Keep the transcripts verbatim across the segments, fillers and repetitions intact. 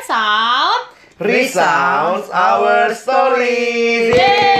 Sound Resounds our stories.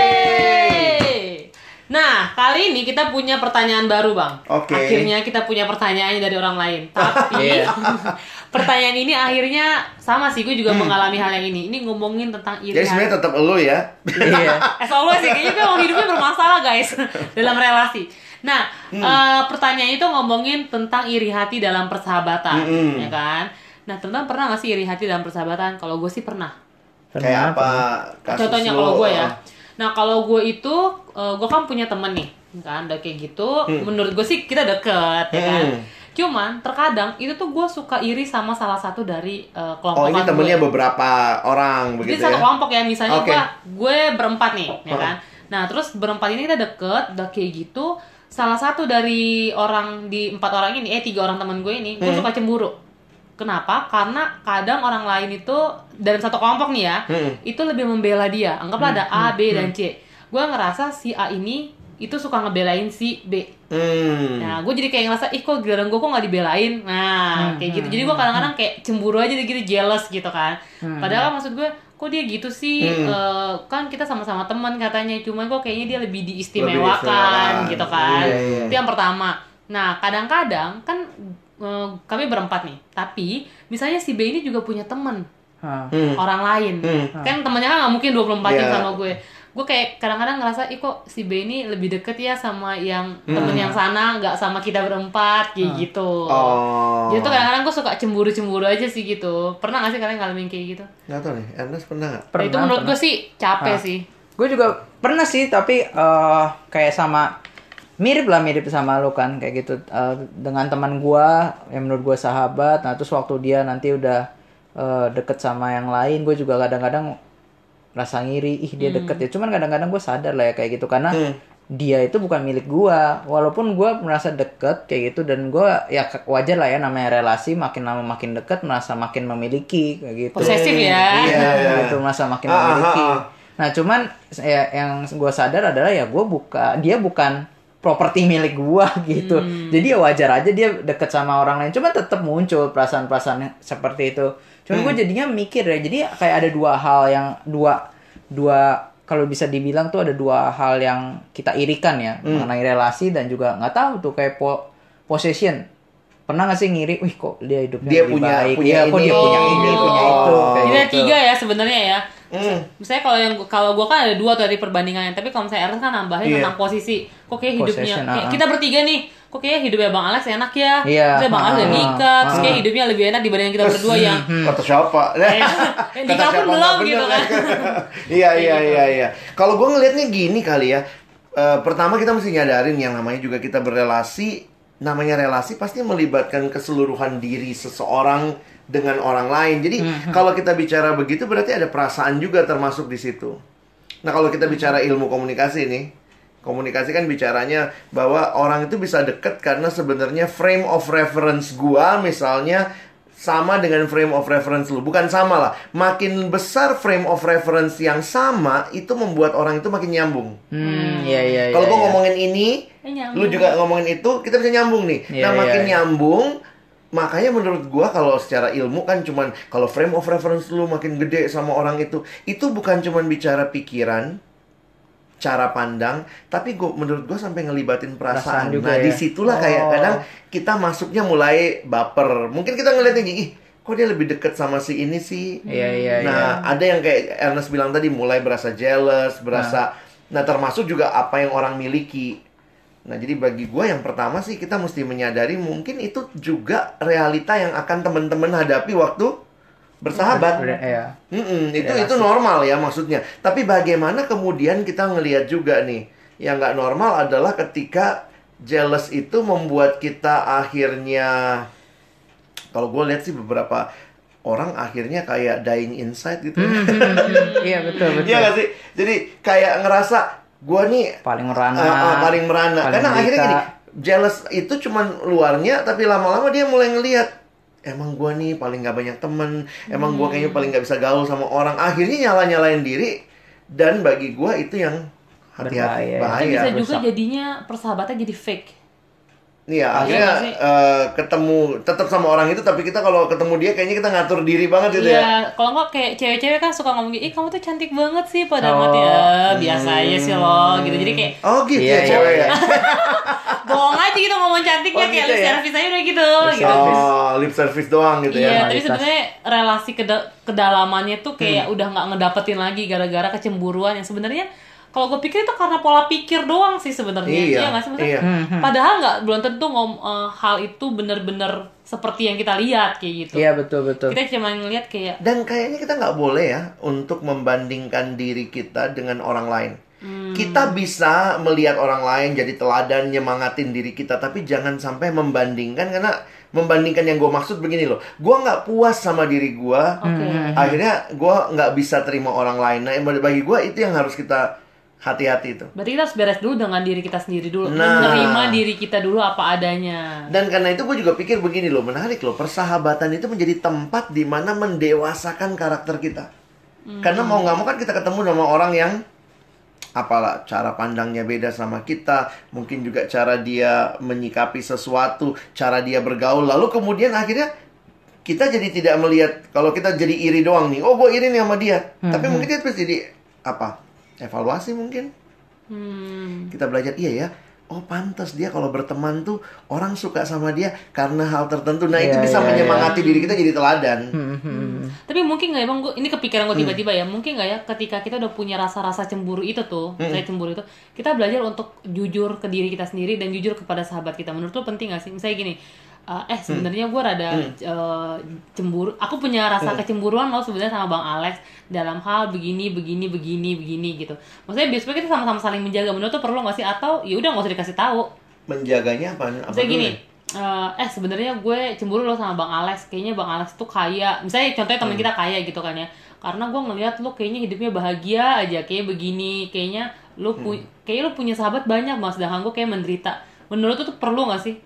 Yeay. Nah, kali ini kita punya pertanyaan baru, Bang. Oke. Akhirnya kita punya pertanyaannya dari orang lain. Tapi pertanyaan ini akhirnya sama sih, gue juga hmm. mengalami hal yang ini. Ini ngomongin tentang iri Jadi sebenarnya tetap elu ya. Iya. As always sih, kayaknya gue emang hidupnya bermasalah, guys, dalam relasi. Nah, hmm. uh, pertanyaan itu ngomongin tentang iri hati dalam persahabatan, hmm. ya kan? Nah, teman-teman pernah nggak sih iri hati dalam persahabatan? Kalau gue sih pernah. Kayak apa? Contohnya kalau gue ya. Nah, kalau gue itu, uh, gue kan punya temen nih, kan? Udah kayak gitu. Hmm. Menurut gue sih kita deket, ya kan? Hmm. Cuman terkadang itu tuh gue suka iri sama salah satu dari uh, kelompok. Oh, ini temennya gue. beberapa orang begitu. Jadi satu ya? kelompok ya, misalnya okay. gue gue berempat nih, ya kan? Nah, terus berempat ini kita deket, udah kayak gitu. Salah satu dari orang di empat orang ini, eh tiga orang teman gue ini, gue hmm. suka cemburu. Kenapa? Karena kadang orang lain itu dalam satu kelompok nih ya, hmm. itu lebih membela dia. Anggaplah hmm. ada A, B, hmm. dan C. Gue ngerasa si A ini itu suka ngebelain si B. Hmm. Nah, gue jadi kayak ngerasa, ih kok giliran gue kok nggak dibelain. Nah, hmm. kayak gitu. Jadi gue kadang-kadang kayak cemburu aja gitu, jealous gitu kan. Hmm. Padahal maksud gue, kok dia gitu sih? Hmm. Uh, kan kita sama-sama teman katanya. Cuman kok kayaknya dia lebih diistimewakan lebih gitu kan. Yeah, yeah. Itu yang pertama. Nah, kadang-kadang kan uh, kami berempat nih. Tapi misalnya si B ini juga punya teman. Hmm. Orang lain. Hmm. Kan temennya kan nggak mungkin dua puluh empat jam yeah. sama gue. Gue kayak kadang-kadang ngerasa, ih kok si B ini lebih deket ya sama yang hmm. temen yang sana, nggak sama kita berempat, kayak hmm. gitu. Oh. Jadi tuh kadang-kadang gue suka cemburu-cemburu aja sih gitu. Pernah nggak sih kalian ngalamin kayak gitu? Nggak tahu nih, Ernest pernah nggak? Nah, itu menurut gue sih capek nah. sih. Gue juga pernah sih, tapi uh, kayak sama mirip lah mirip sama lo kan, kayak gitu uh, dengan teman gue yang menurut gue sahabat. Nah terus waktu dia nanti udah uh, deket sama yang lain, gue juga kadang-kadang rasa ngiri, ih dia deket hmm. ya. Cuman kadang-kadang gue sadar lah ya kayak gitu, karena hmm. dia itu bukan milik gue. Walaupun gue merasa deket kayak gitu, dan gue ya wajar lah ya, namanya relasi, makin lama makin deket merasa makin memiliki kayak gitu. Posesif ya. Iya, gitu merasa makin memiliki. Nah cuman ya, yang gue sadar adalah ya gue buka, dia bukan properti milik gue gitu. Hmm. Jadi ya wajar aja dia deket sama orang lain. Cuma tetap muncul perasaan-perasaan seperti itu. Cuman hmm. gue jadinya mikir ya, jadi kayak ada dua hal yang dua dua kalau bisa dibilang tuh ada dua hal yang kita irikan ya, hmm. mengenai relasi dan juga nggak tahu tuh kayak po- possession. Pernah nggak sih ngiri, wih kok dia hidupnya dia lebih punya, baik, punya ya, kok dia oh. punya ini, punya itu. Jadi Gitu. ada tiga ya sebenarnya ya. Hmm. Misalnya kalau yang kalau gue kan ada dua tuh dari perbandingannya, tapi kalau misalnya Ernest kan nambahin yeah. tentang posisi. Kok kayak hidupnya kayak uh-huh. kita bertiga nih, kok kayak hidupnya Bang Alex enak ya. Yeah. Terus Bang Alex udah nikah, uh-huh. terus kayak hidupnya lebih enak dibanding kita berdua yang kata siapa? Yang nikah pun belum gitu kan. Iya iya iya iya. Kalau gue ngelihatnya gini kali ya. Uh, pertama kita mesti nyadarin yang namanya juga kita berrelasi, namanya relasi pasti melibatkan keseluruhan diri seseorang dengan orang lain. Jadi mm-hmm. kalau kita bicara begitu berarti ada perasaan juga termasuk di situ. Nah, kalau kita bicara ilmu komunikasi nih, komunikasi kan bicaranya bahwa orang itu bisa deket karena sebenarnya frame of reference gua misalnya sama dengan frame of reference lu. Bukan sama lah. Makin besar frame of reference yang sama, itu membuat orang itu makin nyambung. Hmm, iya iya iya. Kalau gua iya. ngomongin ini, nyambung. Lu juga ngomongin itu, kita bisa nyambung nih. Yeah, nah, makin yeah, yeah. nyambung, makanya menurut gua kalau secara ilmu kan cuman kalau frame of reference lu makin gede sama orang itu, itu bukan cuman bicara pikiran, cara pandang, tapi gua menurut gua sampai ngelibatin perasaan. perasaan juga, nah, ya? Disitulah oh. kayak kadang kita masuknya mulai baper. Mungkin kita ngeliatnya gini, ih, kok dia lebih deket sama si ini sih? Iya iya. Nah, iya. ada yang kayak Ernest bilang tadi, mulai berasa jealous, berasa. Nah, nah termasuk juga apa yang orang miliki. Nah, jadi bagi gue yang pertama sih kita mesti menyadari mungkin itu juga realita yang akan teman-teman hadapi waktu bersahabat. Ya. Mm-mm, itu itu normal ya maksudnya. Tapi bagaimana kemudian kita ngelihat juga nih, yang nggak normal adalah ketika jealous itu membuat kita akhirnya, kalau gue lihat sih beberapa orang akhirnya kayak dying inside gitu. Iya betul betul. Iya nggak sih? Jadi kayak ngerasa gue nih paling merana, uh, uh, paling merana. paling Karena berita. akhirnya gini, jealous itu cuman luarnya, tapi lama-lama dia mulai ngelihat, emang gue nih paling gak banyak temen, emang gue kayaknya paling gak bisa gaul sama orang. Akhirnya nyala-nyalain diri, dan bagi gue itu yang hati-hati, bahaya. Bisa juga jadinya persahabatan jadi fake. Iya, Iya akhirnya nggak sih? eh, ketemu tetap sama orang itu, tapi kita kalau ketemu dia kayaknya kita ngatur diri banget gitu ya. Iya, kalau nggak kayak cewek-cewek kan suka ngomong gitu, ih kamu tuh cantik banget sih, pada Oh. mati ya biasa aja sih lo, gitu. Jadi kayak Oh gitu Iya, ya iya, cewek iya. ya. bohong aja gitu ngomong cantiknya, Oh, kayak gitu lip ya? service aja udah gitu. gitu. Oh, lip service doang gitu Iya, ya. tapi Formalitas. sebenarnya relasi keda- kedalamannya tuh kayak Hmm. udah nggak ngedapetin lagi gara-gara kecemburuan yang sebenarnya kalau gue pikir itu karena pola pikir doang sih sebenarnya. Iya, nggak sih? Maksudnya, iya. padahal nggak belum tentu ngom eh, hal itu bener-bener seperti yang kita lihat kayak gitu. Iya, betul betul. Kita cuma ngeliat kayak Dan kayaknya kita nggak boleh ya untuk membandingkan diri kita dengan orang lain. Hmm. Kita bisa melihat orang lain jadi teladan, nyemangatin diri kita, tapi jangan sampai membandingkan, karena membandingkan yang gue maksud begini loh. Gue nggak puas sama diri gue, oke. akhirnya gue nggak bisa terima orang lain. Nah, bagi gue itu yang harus kita hati-hati itu. Berarti kita harus beres dulu dengan diri kita sendiri dulu, Nah. menerima diri kita dulu apa adanya. Dan karena itu gue juga pikir begini loh, menarik loh, persahabatan itu menjadi tempat di mana mendewasakan karakter kita. Karena mau nggak mau kan kita ketemu sama orang yang apalah cara pandangnya beda sama kita, mungkin juga cara dia menyikapi sesuatu, cara dia bergaul, lalu kemudian akhirnya kita jadi tidak melihat, kalau kita jadi iri doang nih, oh gue iri nih sama dia, tapi mungkin dia terus jadi apa? Evaluasi mungkin. Hmm. Kita belajar, iya ya, oh pantas dia kalau berteman tuh orang suka sama dia karena hal tertentu. Nah itu Iya, bisa iya, menyemangati diri kita jadi teladan. Hmm. Tapi mungkin nggak ya bang, gua- ini kepikiran gue tiba-tiba ya, mungkin nggak ya ketika kita udah punya rasa-rasa cemburu itu tuh, saya cemburu itu, kita belajar untuk jujur ke diri kita sendiri dan jujur kepada sahabat kita. Menurut lo penting nggak sih? Misalnya gini, uh, eh sebenarnya gue rada uh, cemburu, aku punya rasa kecemburuan lo sebenarnya sama bang Alex dalam hal begini, begini, begini, begini gitu. Maksudnya biasanya kita sama-sama saling menjaga. Menurut lo perlu nggak sih? Atau ya udah nggak usah dikasih tahu? Menjaganya apa? apa Misalnya dulu gini, ya? eh eh sebenarnya gue cemburu lo sama Bang Alex. Kayaknya Bang Alex tuh kaya. Misalnya contohnya teman kita kaya gitu kan ya. Karena gue ngelihat lo kayaknya hidupnya bahagia aja, kayak begini. Kayaknya lo pu kayak lo punya sahabat banyak, Mas. Sedangkan gue kayak menderita. Menurut lo tuh perlu gak sih?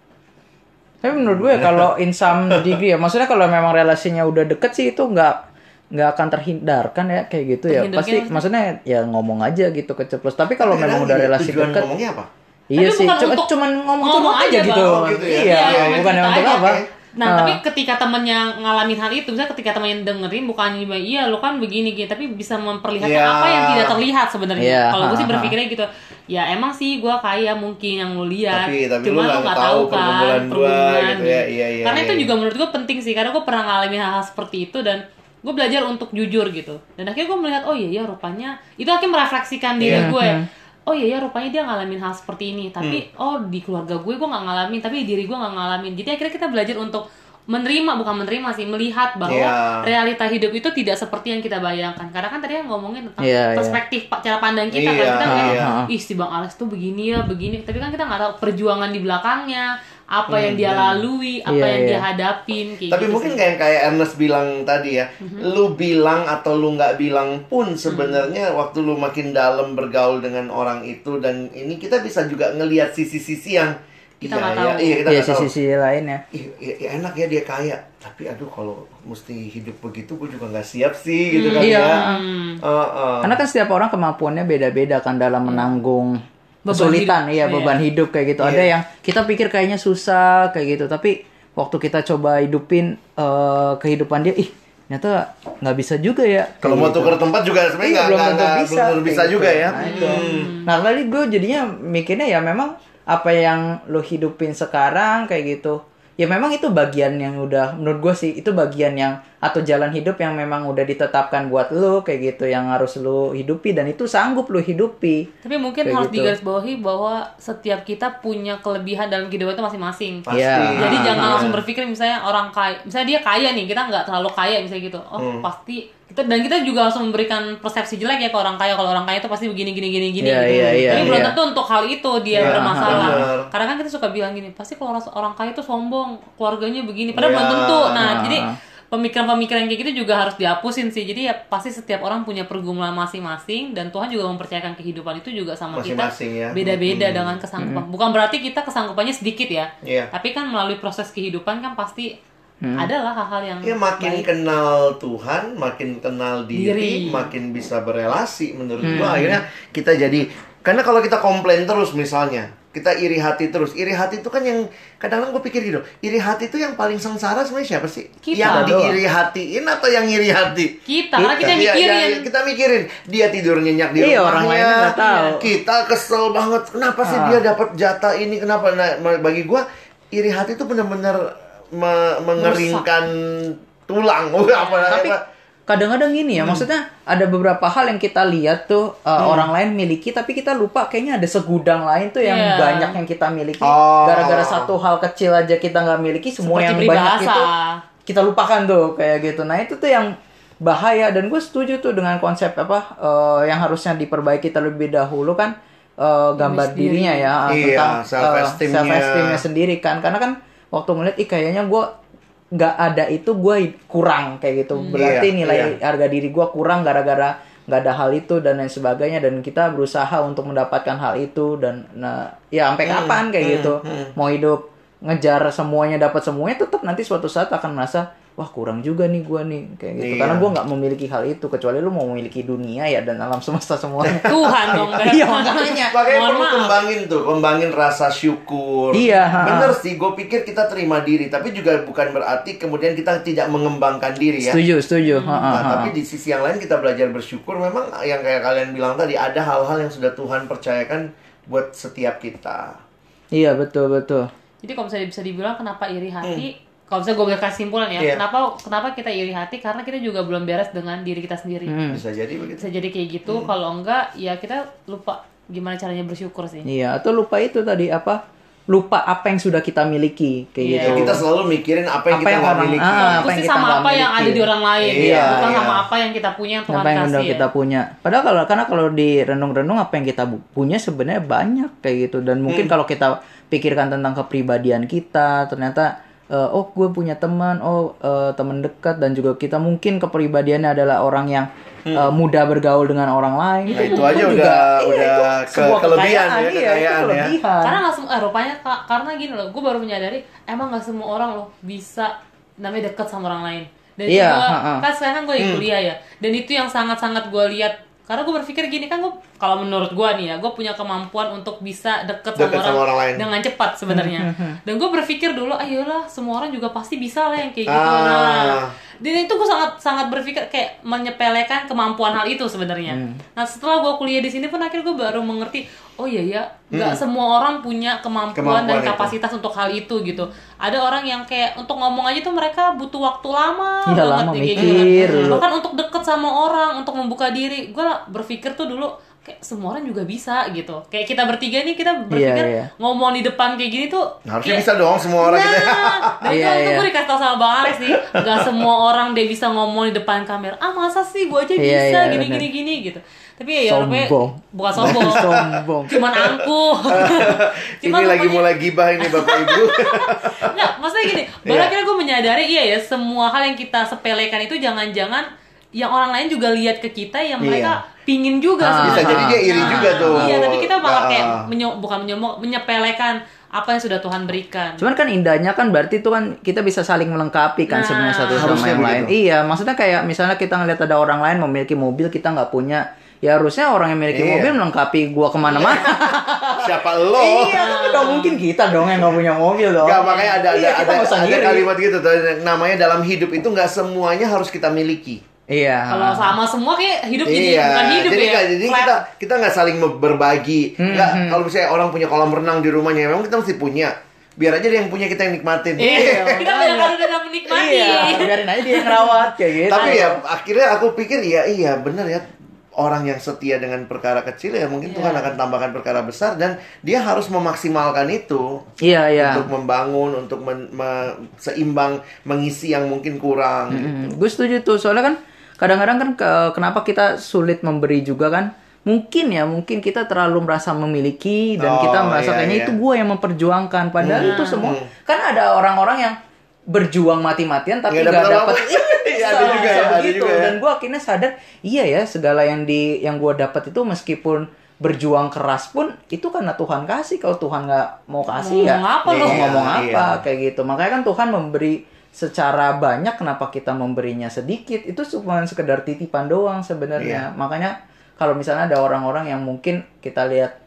Tapi menurut gue kalau in some degree ya, maksudnya kalau memang relasinya udah deket sih itu nggak nggak akan terhindarkan ya kayak gitu ya. Terhindarkan Pasti maksudnya ya ngomong aja gitu keceplos. Tapi kalau Kadang memang udah gini, relasi tujuan dekat, ngomongnya apa? iya Tapi sih. bukan Cuma untuk cuman ngomong, ngomong ngomong aja aja, gitu. Bang. Oh, gitu ya? Iya, Iya, bukan cerita yang untuk aja, apa. oke. Nah, Ah. tapi ketika temennya ngalamin hal itu, misalnya ketika temennya dengerin, bukan cuma iya lo kan begini gini, tapi bisa memperlihatkan Iya. apa yang tidak terlihat sebenarnya. Iya, Kalau gue sih ha, ha. berpikirnya gitu, ya emang sih gue kaya mungkin yang lo lihat, Tapi- tapi cuma lu lo nggak nggak tahu tahu kan pergumulan gua gitu ya. Iya, iya, Karena iya, itu iya. juga menurut gue penting sih, karena gue pernah ngalamin hal-hal seperti itu dan gue belajar untuk jujur gitu. Dan akhirnya gue melihat, oh iya ya rupanya itu akhirnya merefleksikan diri Iya. gue. Oh iya ya rupanya dia ngalamin hal seperti ini, tapi oh di keluarga gue gue nggak ngalamin, tapi di diri gue nggak ngalamin. Jadi akhirnya kita belajar untuk menerima, bukan menerima sih, melihat bahwa Iya. realita hidup itu tidak seperti yang kita bayangkan. Karena kan tadi yang ngomongin tentang Iya, iya. perspektif pa- cara pandang kita kan, Iya, kita ngeliat, iya. ih si Bang Alex tuh begini ya begini, tapi kan kita nggak tahu perjuangan di belakangnya, apa yang dia lalui, apa Iya, yang iya. dia hadapin kayak Tapi gitu mungkin sih. kayak yang kayak Ernest bilang tadi ya, lu bilang atau lu nggak bilang pun sebenarnya waktu lu makin dalam bergaul dengan orang itu, dan ini kita bisa juga ngelihat sisi-sisi yang Kita iya, nggak ya, tahu. iya kita Iya, nggak tahu. sisi-sisi lain ya. Ih, ya, ya enak ya dia kaya, tapi aduh kalau mesti hidup begitu gue juga nggak siap sih gitu kan iya. ya. Hmm. Heeh. Karena kan setiap orang kemampuannya beda-beda kan dalam menanggung Beban kesulitan, hidup. iya Iya. beban hidup kayak gitu. Ada Iya. yang kita pikir kayaknya susah kayak gitu, tapi waktu kita coba hidupin eh, kehidupan dia, ih ternyata nggak bisa juga ya. Kalau kayak mau gitu. tuker tempat juga sebenarnya Iya, nggak belum nggak- tentu nggak- bisa, belum tentu kayak bisa gitu. juga ya. Nah, itu. Hmm. Nah, tadi gue jadinya mikirnya ya memang apa yang lo hidupin sekarang kayak gitu. Ya memang itu bagian yang udah, menurut gue sih itu bagian yang atau jalan hidup yang memang udah ditetapkan buat lo kayak gitu, yang harus lo hidupi dan itu sanggup lo hidupi. Tapi mungkin Kayak harus gitu. digarisbawahi bahwa setiap kita punya kelebihan dalam kehidupan itu masing-masing. Pasti. Iya. Jadi Ah, jangan iya. langsung berpikir misalnya orang kaya, misalnya dia kaya nih, kita nggak terlalu kaya misalnya gitu. Oh Hmm. pasti kita, dan kita juga langsung memberikan persepsi jelek ya ke orang kaya. Kalau orang kaya itu pasti begini gini gini gini Iya, gitu. iya, iya, Tapi belum iya. tentu untuk hal itu dia Iya, bermasalah. benar. Karena kan kita suka bilang gini, pasti kalau orang, orang kaya itu sombong, keluarganya begini. Padahal Iya. belum tentu. Nah Ah. jadi pemikiran-pemikiran kayak gitu juga harus dihapusin sih. Jadi ya pasti setiap orang punya pergumulan masing-masing dan Tuhan juga mempercayakan kehidupan itu juga sama kita Masing-masing ya. beda-beda Hmm. dengan kesanggupan. Bukan berarti kita kesanggupannya sedikit ya. Iya. Tapi kan melalui proses kehidupan kan pasti adalah hal-hal yang Ya makin baik. kenal Tuhan, makin kenal diri, Diri. makin bisa berelasi menurut gua. Akhirnya kita jadi, karena kalau kita komplain terus misalnya, kita iri hati terus. Iri hati itu kan yang kadang-kadang gue pikir gitu. Iri hati itu yang paling sengsara sebenarnya siapa sih? Kita. Yang diiri hatiin atau yang iri hati? Kita, karena kita yang Iya, mikirin. iya, kita mikirin. Dia tidur nyenyak di Iya, rumahnya. orang lainnya nggak tahu. Kita kesel banget. Kenapa sih Ah. dia dapat jatah ini? Kenapa? Nah, bagi gue iri hati itu benar-benar me- mengeringkan tulang. apa Tapi apa. kadang-kadang gini ya, hmm. maksudnya ada beberapa hal yang kita lihat tuh uh, hmm. orang lain miliki, tapi kita lupa kayaknya ada segudang lain tuh yang yeah. banyak yang kita miliki. Oh. Gara-gara satu hal kecil aja kita nggak miliki, semua Seperti yang peribahasa. banyak itu kita lupakan tuh kayak gitu. Nah itu tuh yang bahaya, dan gue setuju tuh dengan konsep apa uh, yang harusnya diperbaiki terlebih dahulu kan uh, gambar Diri dirinya ya, uh, Iya, tentang self-esteem-nya. uh, self-esteem-nya sendiri kan. Karena kan waktu ngeliat, ih kayaknya gue nggak ada itu gue kurang kayak gitu, berarti Iya, nilai iya. harga diri gue kurang gara-gara nggak ada hal itu dan lain sebagainya, dan kita berusaha untuk mendapatkan hal itu, dan nah ya sampai Hmm, kapan kayak hmm, gitu hmm. mau hidup ngejar semuanya dapat semuanya, tetap nanti suatu saat akan merasa wah kurang juga nih gue nih kayak gitu. Iya. Karena gue nggak memiliki hal itu, kecuali lu mau memiliki dunia ya dan alam semesta semuanya. Tuhan dong. Beb. Iya, makanya. Makanya Mohon perlu maaf. kembangin tuh, kembangin rasa syukur. Iya, ha-ha. Bener sih, gue pikir kita terima diri, tapi juga bukan berarti kemudian kita tidak mengembangkan diri ya. Setuju, setuju. Ha, ha, Nah, ha. tapi di sisi yang lain kita belajar bersyukur. Memang yang kayak kalian bilang tadi, ada hal-hal yang sudah Tuhan percayakan buat setiap kita. Iya, betul, betul. Jadi kalau misalnya bisa dibilang kenapa iri hati, kalau misalnya gue boleh kasih simpulan ya, Iya. kenapa kenapa kita iri hati, karena kita juga belum beres dengan diri kita sendiri. Hmm. Bisa jadi begitu. Bisa jadi kayak gitu. Kalau enggak ya kita lupa gimana caranya bersyukur sih. Iya, atau lupa itu tadi apa? Lupa apa yang sudah kita miliki kayak Iya. gitu. Kita selalu mikirin apa yang Apa kita yang nggak orang- miliki. ah, apa yang Fokusnya kita sama nggak apa yang miliki. ada di orang lain, Iya, bukan iya. sama apa yang kita punya yang Tuhan Apa yang udah kasih. kita ya. punya. Padahal kalau karena kalau di renung-renung apa yang kita bu- punya sebenarnya banyak kayak gitu, dan mungkin kalau kita pikirkan tentang kepribadian kita, ternyata eh, oh gue punya teman, oh eh, teman dekat, dan juga kita mungkin kepribadiannya adalah orang yang eh, mudah bergaul dengan orang lain. Nah, itu aja pun udah iya, udah itu ke- sebuah kelebihan ya, kekayaan, iya, itu kekayaan ya. kelebihan. Karena nggak semua, eh, rupanya Kak, karena gini loh, gue baru menyadari emang nggak semua orang loh bisa namanya deket sama orang lain. Dan Iya, itu gua, ha-ha. kan sekarang kan gue di kuliah ya, dan itu yang sangat-sangat gue lihat. Karena gue berpikir gini kan, gue kalau menurut gue nih ya, gue punya kemampuan untuk bisa deket, Deket sama, sama orang, orang lain. dengan cepat sebenarnya. Dan gue berpikir dulu, ayolah semua orang juga pasti bisa lah yang kayak gitu. Ah. Nah, dan itu gue sangat sangat berpikir kayak menyepelekan kemampuan hal itu sebenarnya. Nah setelah gue kuliah di sini pun akhirnya gue baru mengerti, oh iya ya, nggak semua orang punya kemampuan, Kemampuan dan itu. kapasitas untuk hal itu gitu. Ada orang yang kayak untuk ngomong aja tuh mereka butuh waktu lama Iya, banget lama ya, kayak mikir gitu. dulu. Bahkan untuk deket sama orang, untuk membuka diri, gue berpikir tuh dulu kayak semua orang juga bisa gitu. Kayak kita bertiga nih, kita berpikir iya. ngomong di depan kayak gini tuh Harusnya kayak- bisa dong semua orang nah, gitu. dan itu Iya, waktu iya. gue dikasih tau sama Bang Alex nih, gak semua orang dia bisa ngomong di depan kamera. Ah masa sih, gue aja Iya, bisa iya, gini bener. gini gini gitu. Tapi ya, ya rupanya Sombong. bukan sombong, Sombong. cuman angkuh. Ini lagi mulai gibah ini Bapak Ibu. Nggak, maksudnya gini, baru Iya. akhirnya gue menyadari iya ya, semua hal yang kita sepelekan itu jangan-jangan yang orang lain juga lihat ke kita yang mereka pingin juga. Ah, Bisa sebenarnya. jadi dia iri Nah, juga tuh. Iya, tapi kita malah Ah. kayak menyo- bukan menyombong, menyepelekan apa yang sudah Tuhan berikan. Cuman kan indahnya kan berarti itu kan kita bisa saling melengkapi kan Nah, sebenarnya satu sama harusnya yang lain. begitu. Iya, maksudnya kayak misalnya kita ngeliat ada orang lain memiliki mobil, kita nggak punya. Ya harusnya orang yang memiliki Iya. mobil melengkapi gua kemana-mana. Siapa lo? Iya, kan nggak mungkin kita dong yang nggak punya mobil dong. Enggak, makanya ada ada Iya, kita ada, nggak usah ada ngiri. kalimat gitu tuh, namanya dalam hidup itu nggak semuanya harus kita miliki. Iya. Kalau sama semua kayak hidup jadi Iya, bukan hidup jadi ya. nggak- jadi Flat. kita kita nggak saling berbagi. Nggak, kalau misalnya orang punya kolam renang di rumahnya, memang kita mesti punya. Biar aja dia yang punya, kita yang nikmatin. Iya, kita banyak kan udah menikmati. Iya, biarin aja dia yang ngerawat kayak gitu. Tapi ya akhirnya aku pikir ya iya benar ya, orang yang setia dengan perkara kecil ya mungkin Iya. Tuhan akan tambahkan perkara besar, dan dia harus memaksimalkan itu Iya, iya. untuk membangun, untuk men- me- seimbang mengisi yang mungkin kurang. gitu. Hmm, gue setuju tuh, soalnya kan kadang-kadang kan ke- kenapa kita sulit memberi juga kan, mungkin ya mungkin kita terlalu merasa memiliki dan Oh, kita merasa iya, kayaknya iya. itu gue yang memperjuangkan, padahal itu semua kan ada orang-orang yang berjuang mati-matian tapi Nggak nggak dapet dapat. apa-apa. Iya, ada juga ya, ada begitu. juga ya. Dan gue akhirnya sadar, iya ya, segala yang di yang gue dapat itu meskipun berjuang keras pun itu karena Tuhan kasih. Kalau Tuhan nggak mau kasih ya Ngomong apa mau lo? Iya, ngomong apa iya. kayak gitu. Makanya kan Tuhan memberi secara banyak, kenapa kita memberinya sedikit? Itu cuma sekedar titipan doang sebenarnya. Iya. Makanya kalau misalnya ada orang-orang yang mungkin kita lihat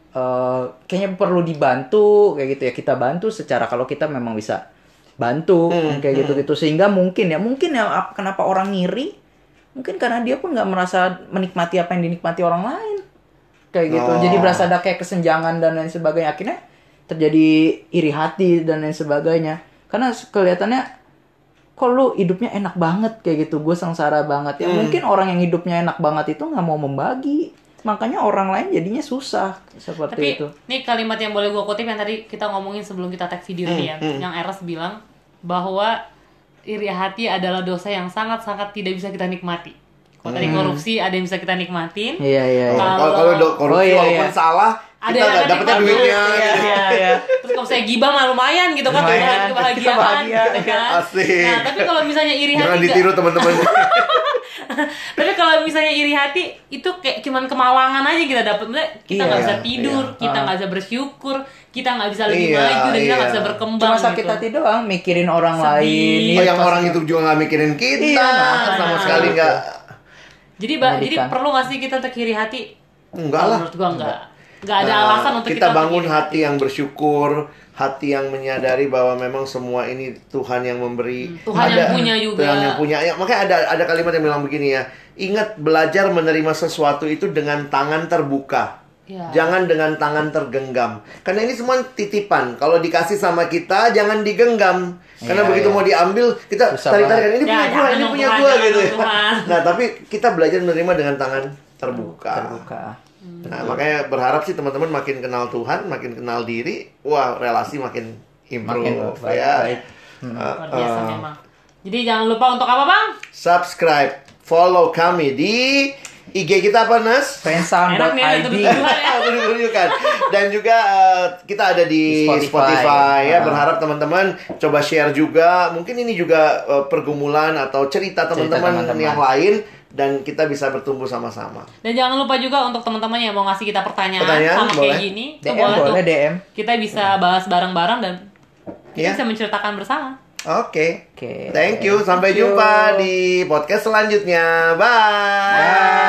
uh, kayaknya perlu dibantu kayak gitu ya, kita bantu secara kalau kita memang bisa bantu Hmm, kayak gitu-gitu, sehingga mungkin ya mungkin ya ap- kenapa orang ngiri, mungkin karena dia pun nggak merasa menikmati apa yang dinikmati orang lain kayak gitu. Oh. Jadi berasa ada kayak kesenjangan dan lain sebagainya, akhirnya terjadi iri hati dan lain sebagainya, karena kelihatannya kok lu hidupnya enak banget kayak gitu, gue sengsara banget ya. Hmm. Mungkin orang yang hidupnya enak banget itu nggak mau membagi, makanya orang lain jadinya susah seperti Tapi itu. ini kalimat yang boleh gue kutip yang tadi kita ngomongin sebelum kita tag video ini ya, yang Eras bilang bahwa iri hati adalah dosa yang sangat-sangat tidak bisa kita nikmati. Kalau tadi korupsi ada yang bisa kita nikmatin. Iya iya. Oh, iya. Kalau- Kalau kalau do- korupsi Oh, iya, walaupun iya. salah, Ada kita yang nggak akan dapetnya nikmatin. duitnya. Iya iya iya. Terus kalau saya gibah mah lumayan gitu kan, Lumayan, lumayan kebahagiaan kita bahagia. gitu kan. Asik. Nah, tapi kalau misalnya iri Jangan hati ditiru nggak- teman-teman. tapi kalau misalnya iri hati itu kayak cuman kemalangan aja kita dapat. Maksudnya kita nggak Iya, bisa tidur, iya. kita Ah. nggak bisa bersyukur, kita nggak bisa lebih Iya, maju dan kita nggak iya. bisa berkembang. Cuma sakit gitu. hati doang, mikirin orang Sedih. lain. Oh, Iya, yang pas- orang itu juga nggak mikirin kita, Iya, nah, sama nah, sekali nah. nggak. Jadi ba- jadi Menyedihkan. perlu nggak sih kita untuk iri hati? Enggak Kalau lah. Menurut gua enggak. Enggak ada Nah, alasan untuk kita kita bangun iri hati yang bersyukur, hati yang menyadari bahwa memang semua ini Tuhan yang memberi. Hmm, Tuhan yang punya juga. Tuhan yang punya. Ya, makanya ada ada kalimat yang bilang begini ya. Ingat, belajar menerima sesuatu itu dengan tangan terbuka. Ya. Jangan dengan tangan tergenggam. Karena ini semua titipan. Kalau dikasih sama kita, jangan digenggam. Karena Iya, begitu iya. mau diambil, kita Susah tarik-tarikan. Ini Ya, punya gua, jangan ini dong, punya Tuhan, gua jangan gitu. dong, Tuhan. Nah, tapi kita belajar menerima dengan tangan terbuka. terbuka. Nah, makanya berharap sih teman-teman makin kenal Tuhan, makin kenal diri, wah, relasi makin improve Makin baik, ya. baik. Uh, Luar biasa uh, memang. Jadi jangan lupa untuk apa, Bang? subscribe, follow kami di I G kita apa, Nas? Fansound Enak dot nih, I ada D. tunjuk-tunjukan ya. Tunjuk-tunjukkan. Dan juga uh, kita ada di Di Spotify, Spotify. ya. Ah. Berharap teman-teman coba share juga. Mungkin ini juga uh, pergumulan atau cerita teman-teman teman-teman. yang lain dan kita bisa bertumbuh sama-sama. Dan jangan lupa juga untuk teman-teman yang mau ngasih kita pertanyaan, Pertanyaan, sama boleh. kayak gini, D itu M boleh tuh. D M. Kita bisa bahas bareng-bareng dan kita Ya. bisa menceritakan bersama. Oke. Oke. Thank you. Sampai Thank you. jumpa di podcast selanjutnya. Bye. Bye.